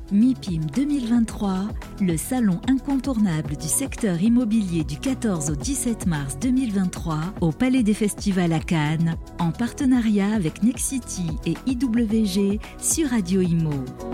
MIPIM 2023, le salon incontournable du secteur immobilier du 14 au 17 mars 2023 au Palais des Festivals à Cannes, en partenariat avec Nexity et IWG sur Radio Imo.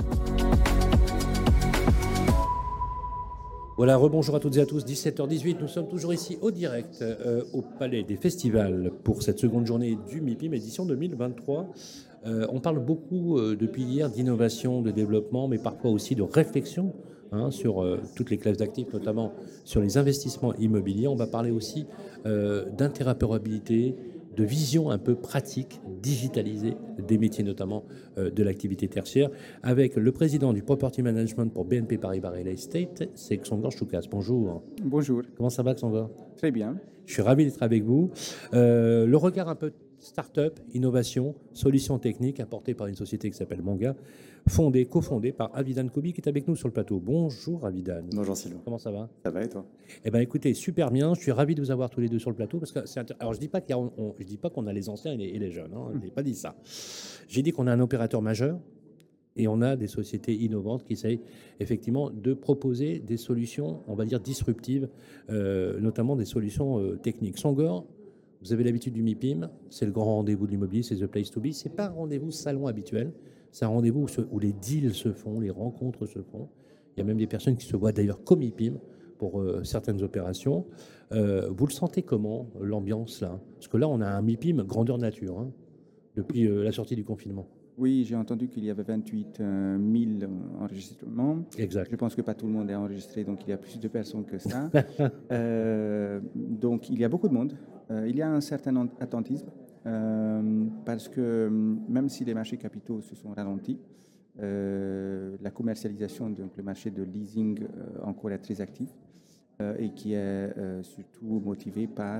Voilà, rebonjour à toutes et à tous, 17h18, nous sommes toujours ici au direct au Palais des Festivals pour cette seconde journée du MIPIM édition 2023. On parle beaucoup depuis hier d'innovation, de développement, mais parfois aussi de réflexion sur toutes les classes d'actifs, notamment sur les investissements immobiliers. On va parler aussi d'interopérabilité, de vision un peu pratique, digitalisée des métiers, notamment de l'activité tertiaire, avec le président du Property Management pour BNP Paribas Real Estate, c'est Xangor Choukas. Bonjour. Bonjour. Comment ça va, Xangor ? Très bien. Je suis ravi d'être avec vous. Le regard un peu start-up, innovation, solutions techniques apportées par une société qui s'appelle Monga, cofondée par Avidan Kobi qui est avec nous sur le plateau. Bonjour Avidan. Bonjour Sylvain. Comment ça va ? Ça va et toi ? Eh bien écoutez, super bien. Je suis ravi de vous avoir tous les deux sur le plateau parce que alors je dis pas qu'on a les anciens et les jeunes. Je n'ai pas dit ça. J'ai dit qu'on a un opérateur majeur. Et on a des sociétés innovantes qui essayent effectivement de proposer des solutions, on va dire, disruptives, notamment des solutions techniques. Xangor, vous avez l'habitude du MIPIM, c'est le grand rendez-vous de l'immobilier, c'est The Place to Be. Ce n'est pas un rendez-vous salon habituel, c'est un rendez-vous où les deals se font, les rencontres se font. Il y a même des personnes qui se voient d'ailleurs comme MIPIM pour certaines opérations. Vous le sentez comment, l'ambiance là ? Parce que là, on a un MIPIM grandeur nature, depuis la sortie du confinement. Oui, j'ai entendu qu'il y avait 28 000 enregistrements. Exact. Je pense que pas tout le monde est enregistré, donc il y a plus de personnes que ça. Donc il y a beaucoup de monde. Il y a un certain attentisme parce que même si les marchés capitaux se sont ralentis, la commercialisation, donc le marché de leasing encore est très actif et qui est surtout motivé par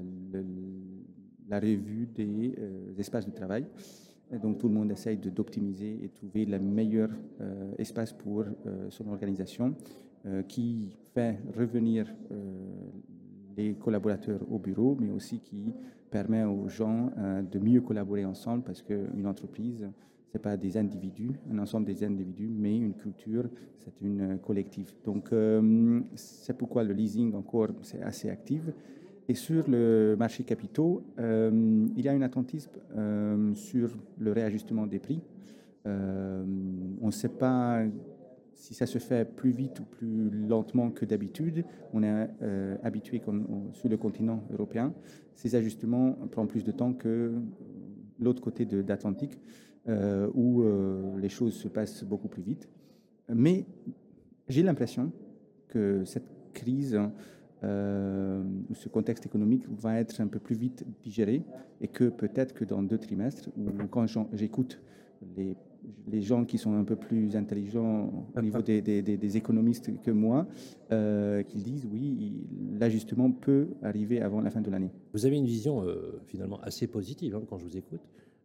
la revue des espaces de travail. Donc tout le monde essaye d'optimiser et trouver le meilleur espace pour son organisation qui fait revenir les collaborateurs au bureau, mais aussi qui permet aux gens de mieux collaborer ensemble parce qu'une entreprise, ce n'est pas des individus, un ensemble des individus, mais une culture, c'est une collective. Donc c'est pourquoi le leasing encore, c'est assez actif. Et sur le marché capitaux, il y a un attentisme sur le réajustement des prix. On ne sait pas si ça se fait plus vite ou plus lentement que d'habitude. On est habitué sur le continent européen. Ces ajustements prennent plus de temps que l'autre côté d'Atlantique, où les choses se passent beaucoup plus vite. Mais j'ai l'impression que cette crise... ce contexte économique va être un peu plus vite digéré et que peut-être que dans 2 trimestres, ou quand j'écoute les gens qui sont un peu plus intelligents au niveau des économistes que moi, qu'ils disent oui, l'ajustement peut arriver avant la fin de l'année. Vous avez une vision finalement assez positive quand je vous écoute.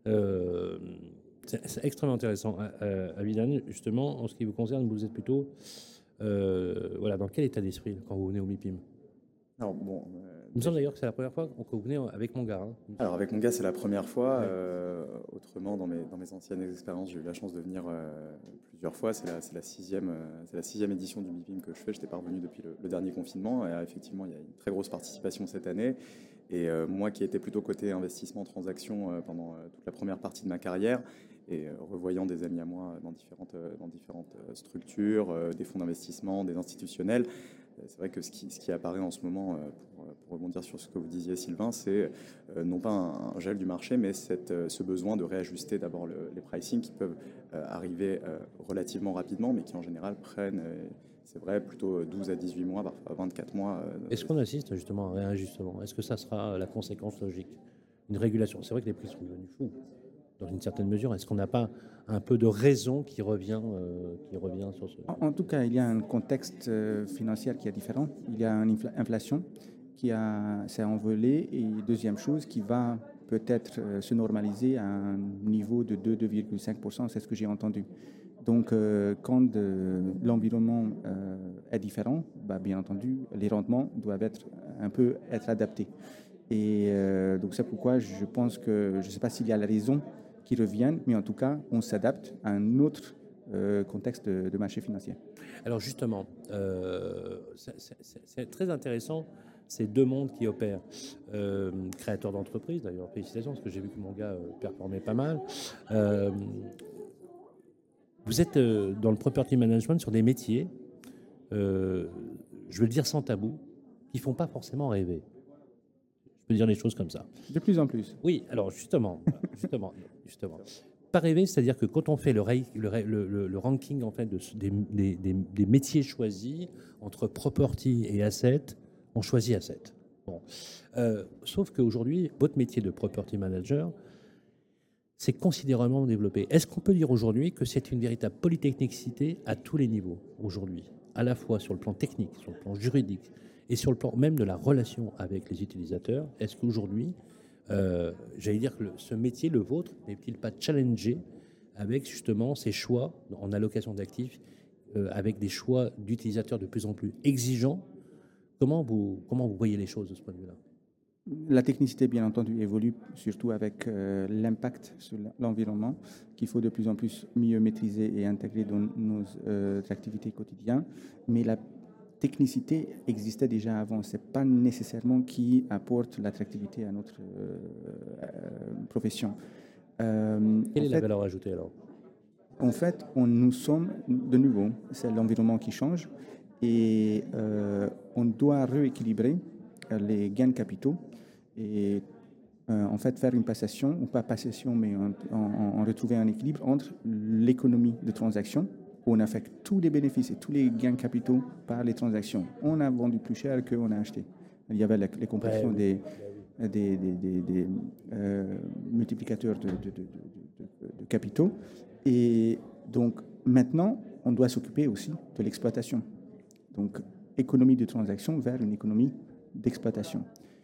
C'est extrêmement intéressant. Avidan, justement, en ce qui vous concerne, vous êtes plutôt dans quel état d'esprit quand vous venez au MIPIM ? Alors, bon, il me semble d'ailleurs que c'est la première fois que vous venez avec Monga. Alors avec Monga, c'est la première fois. Ouais. Autrement, dans mes anciennes expériences, j'ai eu la chance de venir plusieurs fois. C'est la sixième édition du MIPIM que je fais. Je n'étais pas revenu depuis le dernier confinement. Et effectivement, il y a une très grosse participation cette année. Et moi qui étais plutôt côté investissement, transaction pendant toute la première partie de ma carrière, et revoyant des amis à moi dans différentes structures, des fonds d'investissement, des institutionnels, c'est vrai que ce qui apparaît en ce moment, pour rebondir sur ce que vous disiez Sylvain, c'est non pas un gel du marché, mais ce besoin de réajuster d'abord les pricing qui peuvent arriver relativement rapidement, mais qui en général prennent, c'est vrai, plutôt 12 à 18 mois, parfois 24 mois. Est-ce qu'on assiste justement à un réajustement ? Est-ce que ça sera la conséquence logique ? Une régulation ? C'est vrai que les prix sont devenus fous. Dans une certaine mesure, est-ce qu'on n'a pas un peu de raison qui revient sur ce... En tout cas, il y a un contexte financier qui est différent. Il y a une inflation qui s'est envolée et deuxième chose, qui va peut-être se normaliser à un niveau de 2,5%, c'est ce que j'ai entendu. Donc, quand l'environnement est différent, bien entendu, les rendements doivent être adaptés. Et donc, c'est pourquoi je pense que, je ne sais pas s'il y a la raison qui reviennent, mais en tout cas, on s'adapte à un autre contexte de marché financier. Alors justement, c'est très intéressant ces deux mondes qui opèrent. Créateur d'entreprise, d'ailleurs, félicitations, parce que j'ai vu que mon gars performait pas mal. Vous êtes dans le property management sur des métiers, je veux le dire sans tabou, qui ne font pas forcément rêver. Je peux dire les choses comme ça. De plus en plus. Oui, alors justement. Pas rêver, c'est-à-dire que quand on fait le ranking en fait, des métiers choisis entre property et asset, on choisit asset. Bon. Sauf qu'aujourd'hui, votre métier de property manager, c'est considérablement développé. Est-ce qu'on peut dire aujourd'hui que c'est une véritable polytechnicité à tous les niveaux aujourd'hui, à la fois sur le plan technique, sur le plan juridique et sur le plan même de la relation avec les utilisateurs? Est-ce qu'aujourd'hui, j'allais dire que ce métier, le vôtre, n'est-il pas challengé avec justement ces choix en allocation d'actifs, avec des choix d'utilisateurs de plus en plus exigeants? Comment vous voyez les choses de ce point de vue-là? La technicité, bien entendu, évolue, surtout avec l'impact sur l'environnement, qu'il faut de plus en plus mieux maîtriser et intégrer dans nos activités quotidiennes. Mais la technicité existait déjà avant. Ce n'est pas nécessairement qui apporte l'attractivité à notre profession. Quelle est la valeur ajoutée alors? En fait, nous sommes de nouveau, c'est l'environnement qui change et on doit rééquilibrer les gains de capitaux et en fait faire une passation, ou pas passation, mais en retrouver un équilibre entre l'économie de transaction, où on affecte tous les bénéfices et tous les gains de capitaux par les transactions. On a vendu plus cher qu'on a acheté. Il y avait les compressions des multiplicateurs de capitaux. Et donc maintenant, on doit s'occuper aussi de l'exploitation. Donc économie de transaction vers une économie d'exploitation.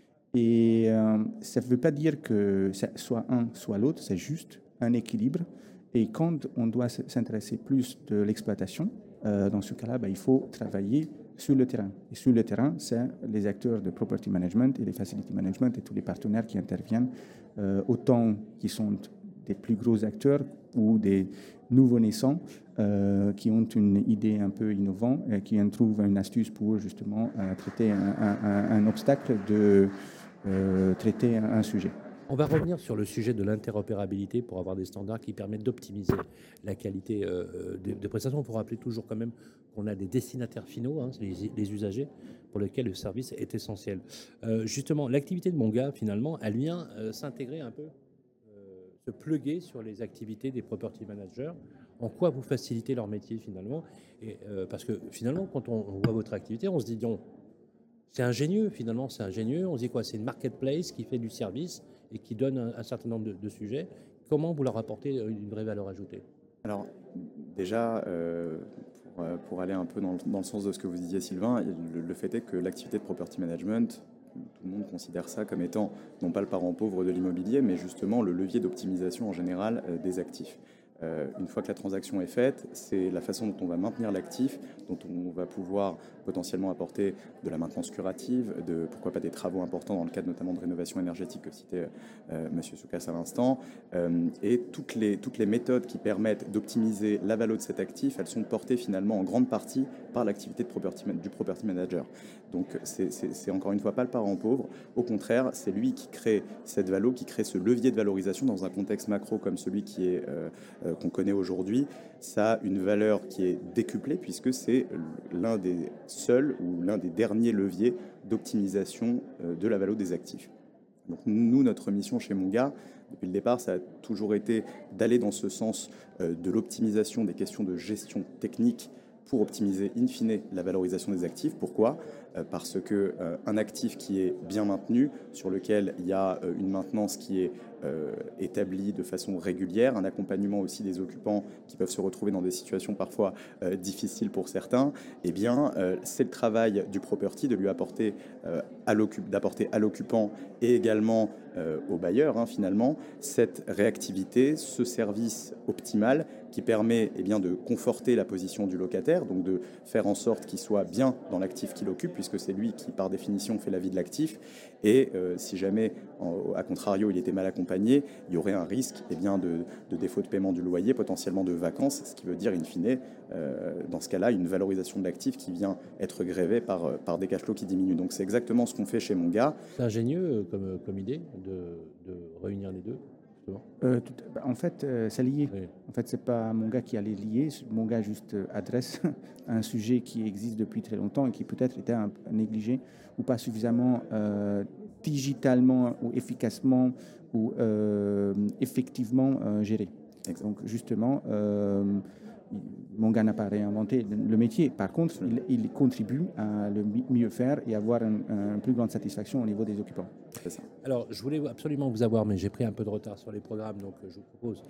Et ça ne veut pas dire que c'est soit un, soit l'autre, c'est juste un équilibre. Et quand on doit s'intéresser plus de l'exploitation, dans ce cas-là, il faut travailler sur le terrain. Et sur le terrain, c'est les acteurs de property management et les facility management et tous les partenaires qui interviennent, autant qui sont des plus gros acteurs ou des nouveaux naissants qui ont une idée un peu innovante et qui trouvent une astuce pour justement traiter un obstacle, de traiter un sujet. On va revenir sur le sujet de l'interopérabilité pour avoir des standards qui permettent d'optimiser la qualité des prestations. Il faut rappeler toujours quand même qu'on a des destinataires finaux, hein, les usagers, pour lesquels le service est essentiel. Justement, l'activité de mon gars, finalement, elle vient s'intégrer un peu, se pluguer sur les activités des property managers. En quoi vous facilitez leur métier finalement? Et, parce que finalement, quand on voit votre activité, on se dit, c'est ingénieux finalement, c'est ingénieux. On se dit quoi? C'est une marketplace qui fait du service et qui donne un certain nombre de sujets. Comment vous leur apportez une vraie valeur ajoutée? Alors, déjà, pour aller un peu dans le sens de ce que vous disiez, Sylvain, le fait est que l'activité de property management, tout le monde considère ça comme étant non pas le parent pauvre de l'immobilier, mais justement le levier d'optimisation en général des actifs. Une fois que la transaction est faite, c'est la façon dont on va maintenir l'actif, dont on va pouvoir potentiellement apporter de la maintenance curative, pourquoi pas des travaux importants dans le cadre notamment de rénovation énergétique que citait M. Soukas à l'instant. Et toutes les méthodes qui permettent d'optimiser la valeur de cet actif, elles sont portées finalement en grande partie par l'activité du property manager. Donc c'est encore une fois pas le parent pauvre. Au contraire, c'est lui qui crée cette valeur, qui crée ce levier de valorisation dans un contexte macro comme celui qu'on connaît aujourd'hui. Ça a une valeur qui est décuplée puisque c'est l'un des seuls ou l'un des derniers leviers d'optimisation de la valeur des actifs. Donc nous, notre mission chez Monga, depuis le départ, ça a toujours été d'aller dans ce sens de l'optimisation des questions de gestion technique pour optimiser in fine la valorisation des actifs. Pourquoi ? Parce qu'un actif qui est bien maintenu, sur lequel il y a une maintenance qui est établie de façon régulière, un accompagnement aussi des occupants qui peuvent se retrouver dans des situations parfois difficiles pour certains, eh bien, c'est le travail du property de lui apporter d'apporter à l'occupant et également au bailleur, finalement, cette réactivité, ce service optimal qui permet de conforter la position du locataire, donc de faire en sorte qu'il soit bien dans l'actif qu'il occupe, puisque c'est lui qui, par définition, fait la vie de l'actif. Et si jamais, à contrario, il était mal accompagné, il y aurait un risque de défaut de paiement du loyer, potentiellement de vacances, ce qui veut dire, in fine, dans ce cas-là, une valorisation de l'actif qui vient être grévée par des cash flows qui diminuent. Donc c'est exactement ce qu'on fait chez Monga. C'est ingénieux comme idée de réunir les deux. En fait, c'est lié. Oui. En fait, c'est pas Monga qui a les lier. Monga juste adresse un sujet qui existe depuis très longtemps et qui peut-être était négligé ou pas suffisamment digitalement ou efficacement ou effectivement géré. Donc justement, Monga n'a pas réinventé le métier. Par contre, il contribue à le mieux faire et avoir une plus grande satisfaction au niveau des occupants. C'est ça. Alors, je voulais absolument vous avoir, mais j'ai pris un peu de retard sur les programmes, donc je vous propose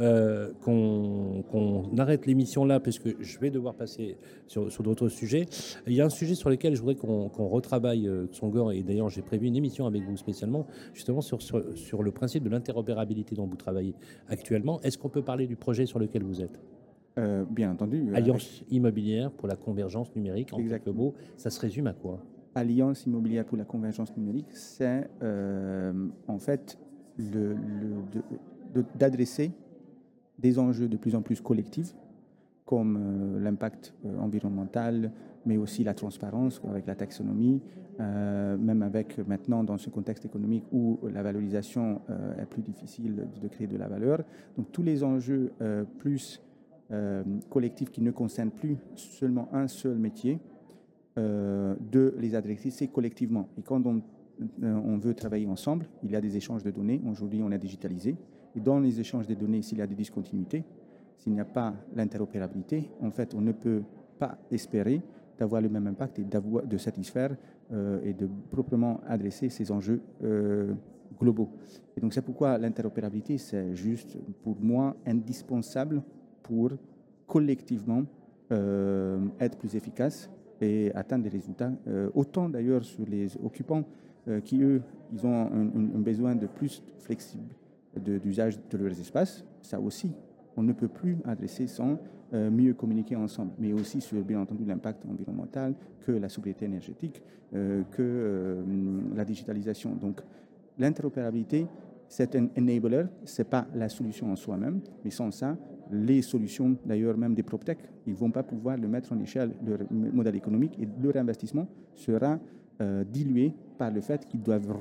qu'on arrête l'émission là, parce que je vais devoir passer sur d'autres sujets. Il y a un sujet sur lequel je voudrais qu'on retravaille, Tsongor, et d'ailleurs j'ai prévu une émission avec vous spécialement, justement sur le principe de l'interopérabilité dont vous travaillez actuellement. Est-ce qu'on peut parler du projet sur lequel vous êtes ? Bien entendu. Alliance immobilière pour la convergence numérique, en quelques mots, ça se résume à quoi ? Alliance immobilière pour la convergence numérique, c'est en fait d'adresser des enjeux de plus en plus collectifs, comme l'impact environnemental, mais aussi la transparence avec la taxonomie, même avec maintenant dans ce contexte économique où la valorisation est plus difficile de créer de la valeur. Donc tous les enjeux plus collectifs qui ne concernent plus seulement un seul métier, de les adresser collectivement. Et quand on veut travailler ensemble, il y a des échanges de données. Aujourd'hui, on a digitalisé. Et dans les échanges de données, s'il y a des discontinuités, s'il n'y a pas l'interopérabilité, en fait, on ne peut pas espérer d'avoir le même impact et de satisfaire et de proprement adresser ces enjeux globaux. Et donc, c'est pourquoi l'interopérabilité, c'est juste, pour moi, indispensable pour collectivement être plus efficace et atteindre des résultats. Autant d'ailleurs sur les occupants qui, eux, ils ont un besoin de plus flexible d'usage de leurs espaces. Ça aussi, on ne peut plus adresser sans mieux communiquer ensemble, mais aussi sur, bien entendu, l'impact environnemental, que la sobriété énergétique, que la digitalisation. Donc, l'interopérabilité, c'est un enabler, ce n'est pas la solution en soi-même, mais sans ça, les solutions, d'ailleurs même des PropTech, ils ne vont pas pouvoir le mettre en échelle, leur modèle économique, et leur investissement sera dilué par le fait qu'ils doivent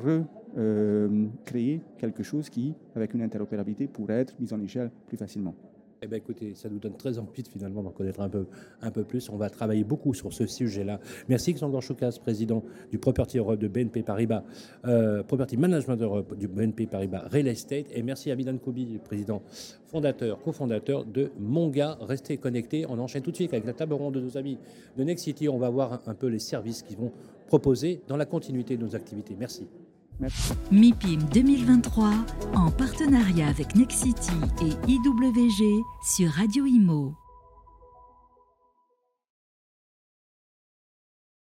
recréer quelque chose qui, avec une interopérabilité, pourrait être mis en échelle plus facilement. Eh bien, écoutez, ça nous donne très envie finalement d'en connaître un peu plus. On va travailler beaucoup sur ce sujet-là. Merci Tsongor Choukas, président du Property Europe de BNP Paribas, Property Management Europe du BNP Paribas Real Estate. Et merci à Milan Koubi, président cofondateur de Monga. Restez connectés. On enchaîne tout de suite avec la table ronde de nos amis de Nexity. On va voir un peu les services qu'ils vont proposer dans la continuité de nos activités. Merci. Merci. MIPIM 2023 en partenariat avec Nexity et IWG sur Radio Imo.